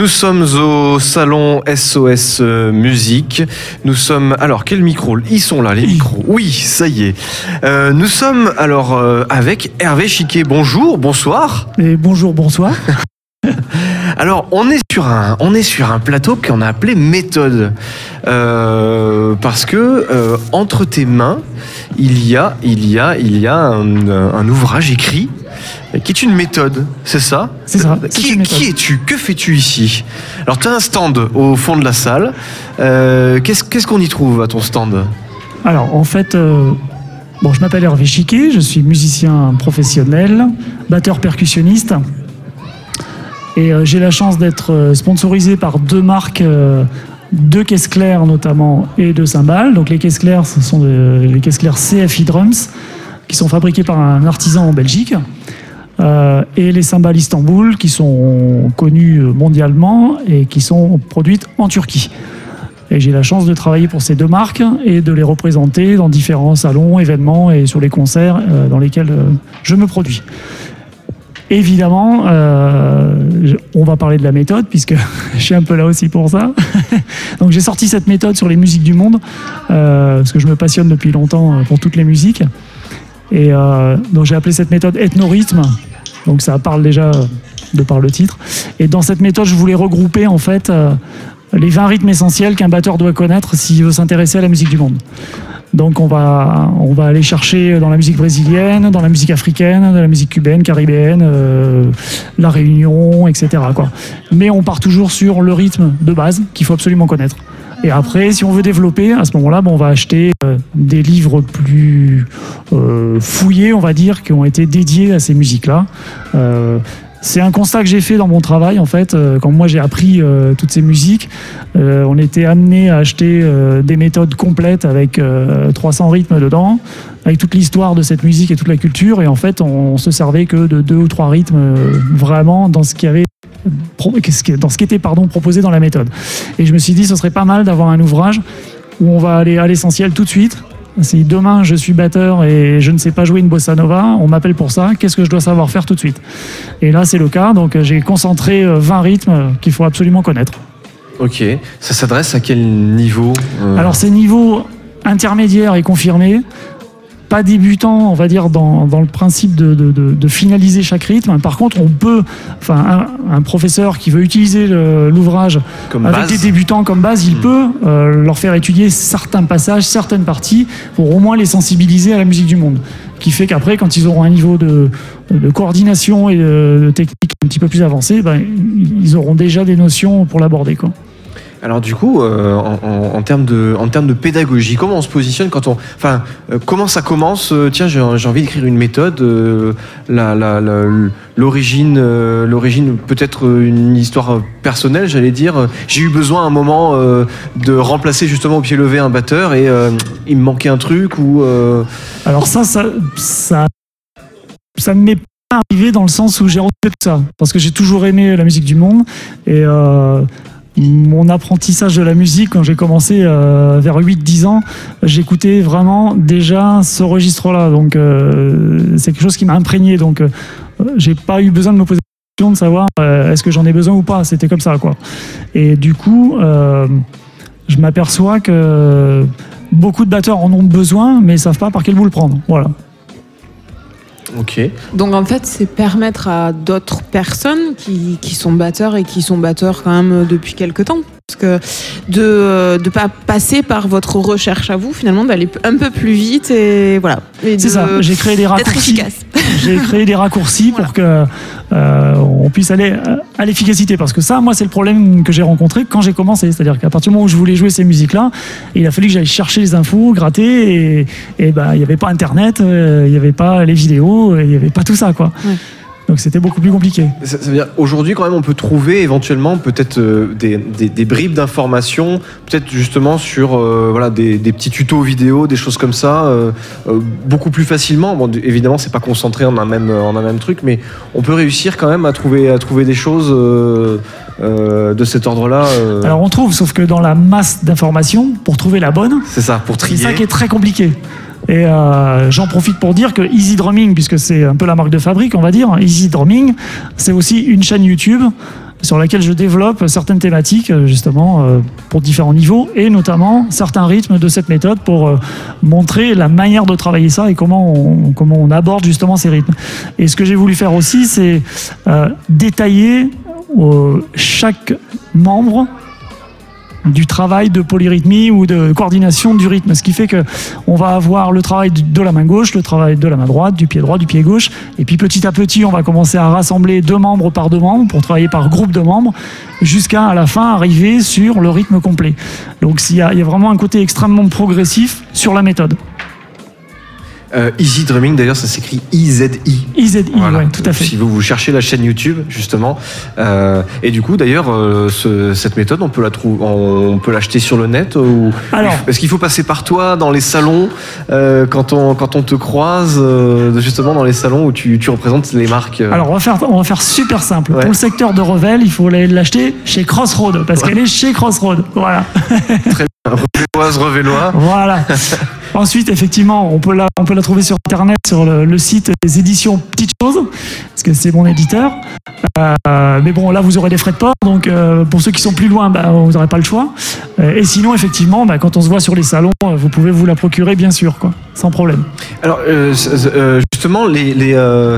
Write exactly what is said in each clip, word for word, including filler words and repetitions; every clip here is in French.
Nous sommes au salon S O S Musique. Nous sommes... Alors, quel micro ? Ils sont là, les micros. Oui, ça y est. Euh, nous sommes alors euh, avec Hervé Chiquet. Bonjour, bonsoir. Et bonjour, bonsoir. Alors, on est sur un, on est sur un plateau qu'on a appelé méthode. Euh, parce que euh, entre tes mains, il y a, il y a, il y a un, un ouvrage écrit qui est une méthode, c'est ça ? C'est ça. C'est qui, une méthode. Qui es-tu ? Que fais-tu ici ? Alors, tu as un stand au fond de la salle. Euh, qu'est-ce, qu'est-ce qu'on y trouve à ton stand ? Alors, en fait, euh, bon, je m'appelle Hervé Chiquet, je suis musicien professionnel, batteur percussionniste. Et euh, j'ai la chance d'être sponsorisé par deux marques, euh, deux caisses claires notamment, et deux cymbales. Donc les caisses claires, ce sont de, les caisses claires C F I Drums, qui sont fabriquées par un artisan en Belgique. Euh, et les cymbales Istanbul, qui sont connues mondialement et qui sont produites en Turquie. Et j'ai la chance de travailler pour ces deux marques et de les représenter dans différents salons, événements et sur les concerts euh, dans lesquels euh, je me produis. Évidemment, euh, on va parler de la méthode, puisque je suis un peu là aussi pour ça. Donc j'ai sorti cette méthode sur les musiques du monde, euh, parce que je me passionne depuis longtemps pour toutes les musiques. Et euh, donc j'ai appelé cette méthode ethnorhythme, donc ça parle déjà de par le titre. Et dans cette méthode, je voulais regrouper en fait euh, les vingt rythmes essentiels qu'un batteur doit connaître s'il veut s'intéresser à la musique du monde. Donc on va, on va aller chercher dans la musique brésilienne, dans la musique africaine, dans la musique cubaine, caribéenne, euh, la Réunion, et cetera, quoi. Mais on part toujours sur le rythme de base qu'il faut absolument connaître. Et après, si on veut développer, à ce moment-là, bon, on va acheter euh, des livres plus euh, fouillés, on va dire, qui ont été dédiés à ces musiques-là. Euh, C'est un constat que j'ai fait dans mon travail, en fait. Euh, quand moi j'ai appris euh, toutes ces musiques, euh, on était amené à acheter euh, des méthodes complètes avec euh, trois cents rythmes dedans, avec toute l'histoire de cette musique et toute la culture. Et en fait, on, on se servait que de deux ou trois rythmes euh, vraiment dans ce qui avait dans ce qui était pardon, proposé dans la méthode. Et je me suis dit, ce serait pas mal d'avoir un ouvrage où on va aller à l'essentiel tout de suite. Si demain je suis batteur et je ne sais pas jouer une bossa nova, on m'appelle pour ça, qu'est-ce que je dois savoir faire tout de suite ? Et là c'est le cas, donc j'ai concentré vingt rythmes qu'il faut absolument connaître. Ok, ça s'adresse à quel niveau ? euh... Alors c'est niveau intermédiaire et confirmé, pas débutant, on va dire, dans, dans le principe de, de, de, de finaliser chaque rythme. Par contre, on peut, enfin, un, un professeur qui veut utiliser le, l'ouvrage comme avec base. des débutants comme base, il mmh. peut euh, leur faire étudier certains passages, certaines parties, pour au moins les sensibiliser à la musique du monde. Qui fait qu'après, quand ils auront un niveau de, de coordination et de, de technique un petit peu plus avancé, ben, ils auront déjà des notions pour l'aborder, quoi. Alors du coup, euh, en, en, en, termes de, en termes de pédagogie, comment on se positionne quand on... Enfin, euh, comment ça commence euh, Tiens, j'ai, j'ai envie d'écrire une méthode, euh, la, la, la, l'origine, euh, l'origine, peut-être une histoire personnelle, j'allais dire. J'ai eu besoin à un moment euh, de remplacer justement au pied levé un batteur et euh, il me manquait un truc ou... Euh... Alors ça, ça, ça, ça ne m'est pas arrivé dans le sens où j'ai rencontré tout ça. Parce que j'ai toujours aimé la musique du monde et... Euh, mon apprentissage de la musique, quand j'ai commencé euh, vers huit dix ans, j'écoutais vraiment déjà ce registre-là. Donc, euh, c'est quelque chose qui m'a imprégné. Donc, euh, j'ai pas eu besoin de me poser la question de savoir euh, est-ce que j'en ai besoin ou pas. C'était comme ça, quoi. Et du coup, euh, je m'aperçois que beaucoup de batteurs en ont besoin, mais ne savent pas par quel bout le prendre. Voilà. Ok. Donc en fait, c'est permettre à d'autres personnes qui, qui sont batteurs et qui sont batteurs quand même depuis quelques temps, parce que de ne pas passer par votre recherche à vous, finalement, d'aller un peu plus vite et voilà. Et c'est de, ça, j'ai créé des raccourcis. D'être efficace. J'ai créé des raccourcis voilà. pour que euh, on puisse aller à l'efficacité, parce que ça, moi, c'est le problème que j'ai rencontré quand j'ai commencé. C'est-à-dire qu'à partir du moment où je voulais jouer ces musiques-là, il a fallu que j'aille chercher les infos, gratter, et, et bah, il n'y avait pas Internet, il n'y avait pas les vidéos, il n'y avait pas tout ça, quoi. Ouais. Donc c'était beaucoup plus compliqué. Ça, ça veut dire aujourd'hui quand même on peut trouver éventuellement peut-être euh, des, des, des bribes d'informations, peut-être justement sur euh, voilà des, des petits tutos vidéo, des choses comme ça, euh, euh, beaucoup plus facilement. Bon, évidemment c'est pas concentré en un même en un même truc, mais on peut réussir quand même à trouver à trouver des choses euh, euh, de cet ordre-là. Euh... Alors on trouve, sauf que dans la masse d'informations, pour trouver la bonne, c'est ça, pour trier. C'est ça qui est très compliqué. Et euh, j'en profite pour dire que Easy Drumming, puisque c'est un peu la marque de fabrique, on va dire, Easy Drumming, c'est aussi une chaîne YouTube sur laquelle je développe certaines thématiques, justement, euh, pour différents niveaux, et notamment certains rythmes de cette méthode pour euh, montrer la manière de travailler ça et comment on, comment on aborde justement ces rythmes. Et ce que j'ai voulu faire aussi, c'est euh, détailler euh, chaque membre du travail de polyrythmie ou de coordination du rythme, ce qui fait que on va avoir le travail de la main gauche, le travail de la main droite, du pied droit, du pied gauche, et puis petit à petit on va commencer à rassembler deux membres par deux membres pour travailler par groupe de membres jusqu'à à la fin arriver sur le rythme complet. Donc il y a, il y a vraiment un côté extrêmement progressif sur la méthode. Euh, Easy Drumming, d'ailleurs, ça s'écrit I Z I. I Z I, Voilà. ouais, tout à fait. Si vous, vous cherchez la chaîne YouTube, justement. Euh, et du coup, d'ailleurs, euh, ce- cette méthode, on peut la trouver, on peut l'acheter sur le net ou Alors. est-ce qu'il faut passer par toi dans les salons euh, quand on quand on te croise, euh, justement dans les salons où tu, tu représentes les marques. euh, Alors on va faire, on va faire super simple. Ouais. Pour le secteur de Revel, il faut aller l'acheter chez Crossroad, parce qu'elle est chez Crossroad. Voilà. Revéloise, revélois. Voilà. Ensuite, effectivement, on peut la, on peut la trouver sur Internet, sur le, le site des éditions Petites Choses, parce que c'est mon éditeur. Euh, mais bon, là, vous aurez des frais de port, donc euh, pour ceux qui sont plus loin, bah, vous n'aurez pas le choix. Euh, et sinon, effectivement, bah, quand on se voit sur les salons, euh, vous pouvez vous la procurer, bien sûr, quoi, sans problème. Alors, euh, c- c- euh, justement, les, les, euh,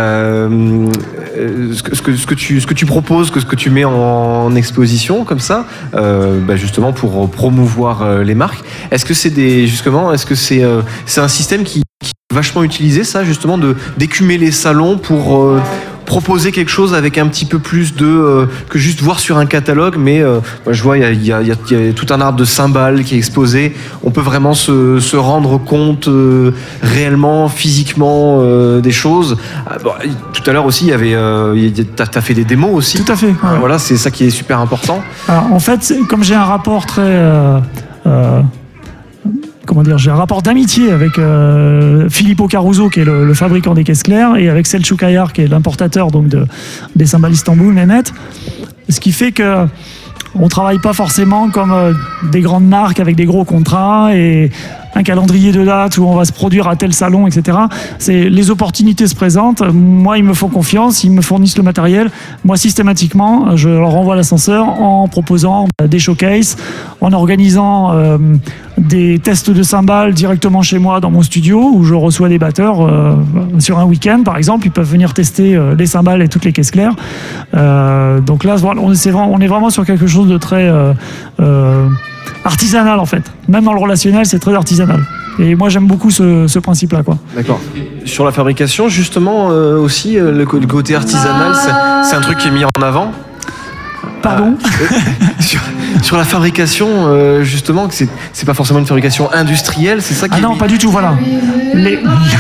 euh, euh, ce, que, ce, que, ce, que tu, ce que tu proposes, que ce que tu mets en exposition, comme ça, euh, bah, justement pour promouvoir euh, les marques, est-ce que c'est des, justement, est-ce que c'est euh, c'est un système qui, qui est vachement utilisé, ça, justement, de d'écumer les salons pour euh, proposer quelque chose avec un petit peu plus de euh, que juste voir sur un catalogue, mais euh, moi, je vois il y a, il y, a, il y a tout un arbre de cymbales qui est exposé. On peut vraiment se, se rendre compte euh, réellement, physiquement euh, des choses. Ah, bon, tout à l'heure aussi, il y avait, euh, il y a- t'as, t'as fait des démos aussi. Tout à fait. Ouais. Voilà, c'est ça qui est super important. Alors, en fait, c'est- comme j'ai un rapport très... euh, euh, comment dire, j'ai un rapport d'amitié avec euh, Filippo Caruso, qui est le, le fabricant des caisses claires, et avec Selçuk Ayar, qui est l'importateur donc de, des cymbales Istanbul, Mehmet. Ce qui fait que on travaille pas forcément comme euh, des grandes marques avec des gros contrats et un calendrier de date où on va se produire à tel salon, et cetera. C'est, les opportunités se présentent. Moi, ils me font confiance, ils me fournissent le matériel. Moi, systématiquement, je leur renvoie l'ascenseur en proposant euh, des showcases, en organisant euh, des tests de cymbales directement chez moi dans mon studio où je reçois des batteurs euh, sur un week-end, par exemple. Ils peuvent venir tester euh, les cymbales et toutes les caisses claires. Euh, donc là, voilà, on est, c'est vraiment- on est vraiment sur quelque chose de très euh, euh, artisanal, en fait. Même dans le relationnel, c'est très artisanal. Et moi, j'aime beaucoup ce, ce principe-là, quoi. D'accord. Sur la fabrication, justement, euh, aussi, euh, le, co- le côté artisanal, c'est, c'est un truc qui est mis en avant. Pardon sur, sur la fabrication, euh, justement, que c'est, c'est pas forcément une fabrication industrielle, c'est ça qui Ah est non, mis- pas du tout, voilà. Les...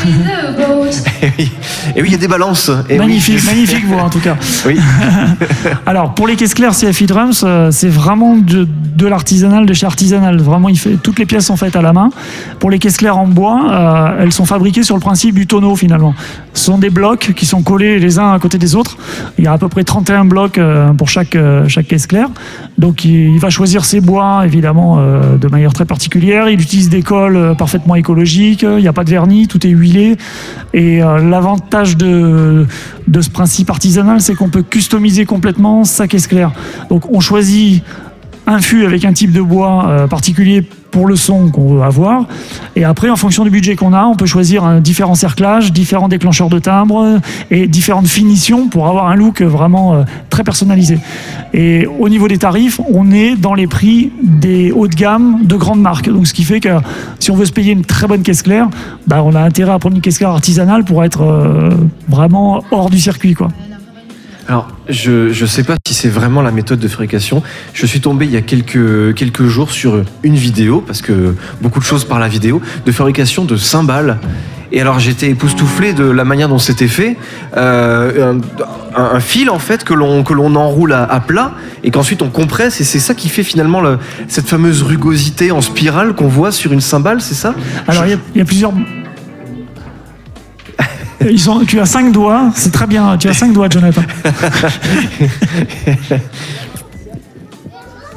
Et oui, et oui, il y a des balances. Et Magnifique, oui, magnifique, vous, en tout cas. Oui. Alors, pour les caisses claires C F I Drums, euh, c'est vraiment de, de l'artisanal, de chez artisanal. Vraiment, il fait, toutes les pièces sont faites à la main. Pour les caisses claires en bois, euh, elles sont fabriquées sur le principe du tonneau, finalement. Ce sont des blocs qui sont collés les uns à côté des autres. Il y a à peu près trente et un blocs euh, pour chaque, euh, chaque caisse claire. Donc, il, il va choisir ses bois, évidemment, euh, de manière très particulière. Il utilise des cols euh, parfaitement écologiques. Il n'y a pas de vernis, tout est huilé. Et euh, l'avantage de, de ce principe artisanal, c'est qu'on peut customiser complètement sa caisse claire. Donc on choisit un fût avec un type de bois euh, particulier pour le son qu'on veut avoir. Et après, en fonction du budget qu'on a, on peut choisir un différents cerclages, différents déclencheurs de timbre euh, et différentes finitions pour avoir un look vraiment euh, très personnalisé. Et au niveau des tarifs, on est dans les prix des hauts de gamme de grandes marques. Donc ce qui fait que si on veut se payer une très bonne caisse claire, bah, on a intérêt à prendre une caisse claire artisanale pour être euh, vraiment hors du circuit, quoi. Alors, je ne sais pas si c'est vraiment la méthode de fabrication. Je suis tombé il y a quelques, quelques jours sur une vidéo, parce que beaucoup de choses par la vidéo, de fabrication de cymbales. Et alors, j'étais époustouflé de la manière dont c'était fait. Euh, un, un- un fil, en fait, que l'on, que l'on enroule à, à plat et qu'ensuite on compresse. Et c'est ça qui fait finalement le- cette fameuse rugosité en spirale qu'on voit sur une cymbale, c'est ça? Alors il y a- il y, a plusieurs... Ils sont, tu as cinq doigts, c'est très bien, tu as cinq doigts, Jonathan.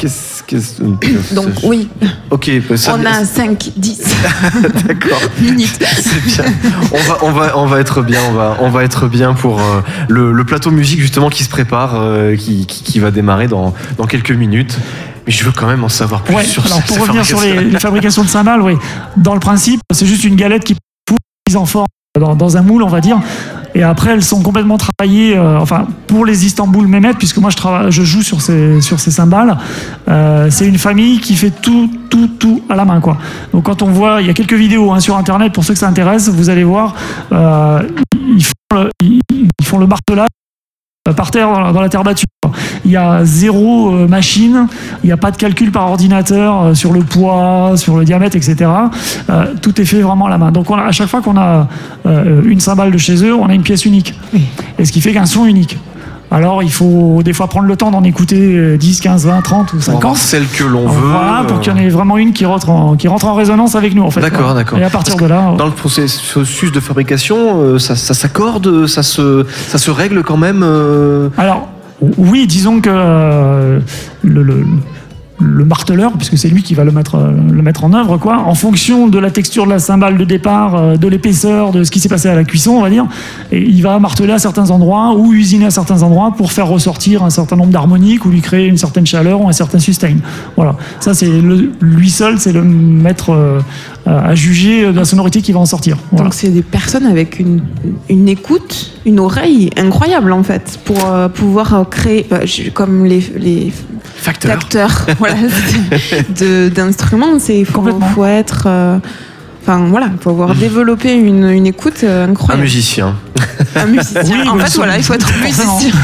Qu'est-ce, qu'est-ce... Donc oui, Ok, bah, ça, on a cinq, dix d'accord. minutes. C'est bien. On va, on va, on va être bien. On va, on va être bien pour euh, le, le plateau musique justement qui se prépare, euh, qui, qui, qui va démarrer dans, dans quelques minutes. Mais je veux quand même en savoir plus Ouais, sur alors ça. pour revenir sur les, les fabrications de cymbales, oui. Dans le principe, c'est juste une galette qui est mise en forme dans, dans un moule, on va dire. Et après, elles sont complètement travaillées, euh, enfin, pour les Istanbul Mehmet, puisque moi je, travaille, je joue sur ces, sur ces cymbales. Euh, c'est une famille qui fait tout, tout, tout à la main, quoi. Donc quand on voit, il y a quelques vidéos hein, sur Internet, pour ceux que ça intéresse, vous allez voir, euh, ils, font le, ils, ils font le martelage par terre dans la, dans la terre battue. Il y a zéro euh, machine, il n'y a pas de calcul par ordinateur euh, sur le poids, sur le diamètre, et cetera. Euh, tout est fait vraiment à la main. Donc on a, à chaque fois qu'on a euh, une cymbale de chez eux, on a une pièce unique. Et ce qui fait qu'un son unique. Alors il faut des fois prendre le temps d'en écouter dix, quinze, vingt, trente ou cinquante. Celle que l'on veut. Voilà, pour qu'il y en ait vraiment une qui rentre en, qui rentre en résonance avec nous en fait. D'accord, quoi. d'accord. Et à partir Parce de là... Dans le processus de fabrication, euh, ça, ça s'accorde, ça se, ça se règle quand même. Euh... Alors, oui, disons que euh, le, le, le marteleur, puisque c'est lui qui va le mettre, le mettre en œuvre, quoi, en fonction de la texture de la cymbale de départ, de l'épaisseur, de ce qui s'est passé à la cuisson, on va dire, et il va marteler à certains endroits ou usiner à certains endroits pour faire ressortir un certain nombre d'harmoniques ou lui créer une certaine chaleur ou un certain sustain. Voilà, ça c'est le, lui seul, c'est le maître euh, à juger de la sonorité qui va en sortir. Voilà. Donc c'est des personnes avec une, une écoute, une oreille incroyable en fait, pour euh, pouvoir euh, créer, bah, je- comme les, les Facteur. facteurs voilà, de- d'instruments, c'est faut, Complètement. faut être, euh, enfin voilà, faut avoir développé une, une écoute euh, Un incroyable. musicien. Un musicien. Oui, en mais fait ça, voilà, il faut être forcément. musicien.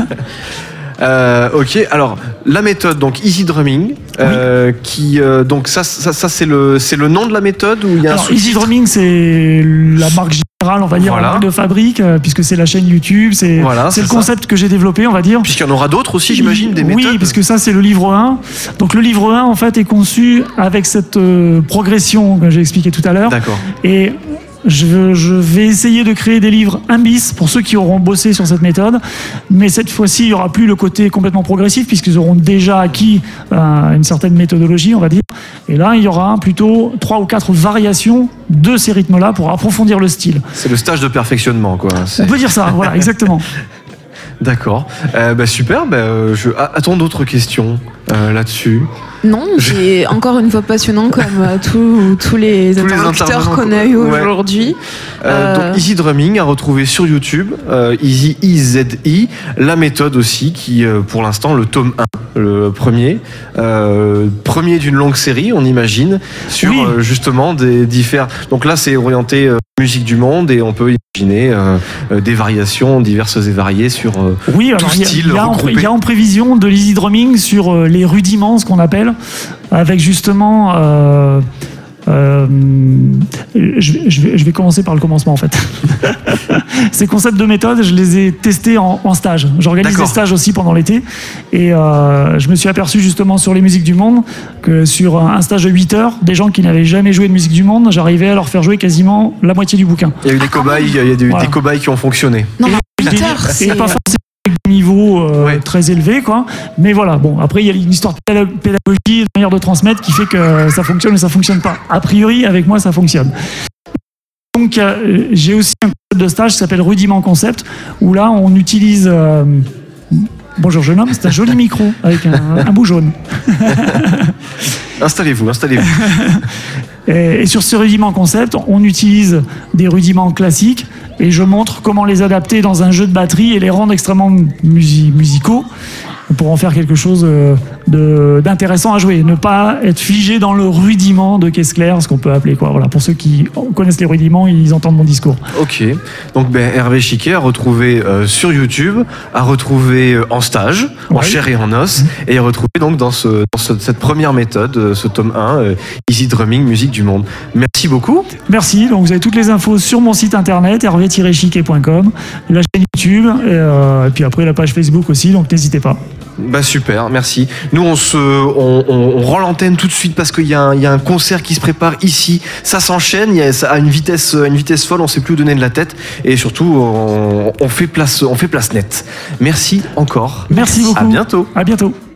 Euh, ok, alors la méthode donc Easy Drumming, euh, qui euh, donc ça, ça, ça c'est le c'est le nom de la méthode ou il y a un Alors, sous-titre Easy Drumming, c'est la marque générale, on va dire, Voilà. en marque de fabrique, euh, puisque c'est la chaîne YouTube, c'est Voilà, c'est c'est le ça. concept que j'ai développé, on va dire. Puisqu'il y en aura d'autres aussi, j'imagine, des méthodes. Oui, parce que ça, c'est le livre un. Donc, le livre un, en fait, est conçu avec cette euh, progression que j'ai expliqué tout à l'heure. D'accord. Et je, veux- je vais essayer de créer des livres un bis pour ceux qui auront bossé sur cette méthode. Mais cette fois-ci, il n'y aura plus le côté complètement progressif, puisqu'ils auront déjà acquis euh, une certaine méthodologie, on va dire. Et là, il y aura plutôt trois ou quatre variations de ces rythmes-là pour approfondir le style. C'est le stage de perfectionnement, quoi. C'est- On peut dire ça, voilà, exactement. D'accord. Euh, bah, super. Bah, euh, je... ah, Attends d'autres questions euh, là-dessus. Non, c'est encore une fois passionnant comme euh, tous tous les Tous les interlocuteurs intervenants qu'on a eu ouais. aujourd'hui. Euh, Euh, Donc Easy Drumming à retrouver sur YouTube, euh, Easy I Z I, la méthode aussi qui euh, pour l'instant le tome un, le premier, euh, premier d'une longue série on imagine, sur Oui. euh, justement des différents. Donc là c'est orienté euh, musique du monde et on peut imaginer euh, euh, des variations diverses et variées sur euh, Oui, alors il y a- style il y, a en- regroupé. il y a en prévision de l'easy drumming sur euh, les rudiments, ce qu'on appelle, avec justement. euh, euh, je, vais- je vais, je vais commencer par le commencement en fait. Ces concepts de méthode, je les ai testés en, en stage. J'organise D'accord. des stages aussi pendant l'été et euh, je me suis aperçu justement sur les musiques du monde que sur un stage de huit heures, des gens qui n'avaient jamais joué de musique du monde, j'arrivais à leur faire jouer quasiment la moitié du bouquin. Il y a eu des cobayes, il y a eu des, Voilà. des cobayes qui ont fonctionné. non, Et- mais huit et- heures, et c'est pas forcément avec des niveaux euh, Ouais. très élevés, quoi. Mais voilà, bon, après, il y a une histoire de péda- pédagogie, de manière de transmettre qui fait que ça fonctionne ou ça fonctionne pas. A priori, avec moi, ça fonctionne. Donc, euh, j'ai aussi un concept de stage qui s'appelle Rudiment Concept, où là, on utilise. euh, Bonjour jeune homme, c'est un joli micro avec un, un bout jaune. Installez-vous, installez-vous. Et, et sur ce rudiment concept, on utilise des rudiments classiques et je montre comment les adapter dans un jeu de batterie et les rendre extrêmement musi- musicaux pour en faire quelque chose euh, de- d'intéressant à jouer. Ne pas être figé dans le rudiment de caisse claire, ce qu'on peut appeler quoi. Voilà, pour ceux qui connaissent les rudiments, ils entendent mon discours. Ok, donc ben, Hervé Chiquet à retrouver euh, sur YouTube, à retrouver euh, en stage, en Ouais. chair et en os, et à retrouver donc dans, ce, dans ce- cette première méthode, euh, ce tome un, euh, Easy Drumming, musique du monde. Merci beaucoup. Merci, donc vous avez toutes les infos sur mon site internet hervé tiret chiquet point com, la chaîne YouTube, et, euh, et puis après la page Facebook aussi, donc n'hésitez pas. Bah super, merci. Nous on se, on, on, on rend l'antenne tout de suite parce qu'il y, a un- il y a un concert qui se prépare ici. Ça s'enchaîne, il y a, ça a une vitesse, une vitesse folle, on sait plus où donner de la tête et surtout on, on fait place, on fait place nette. Merci encore. Merci beaucoup. À bientôt. À bientôt.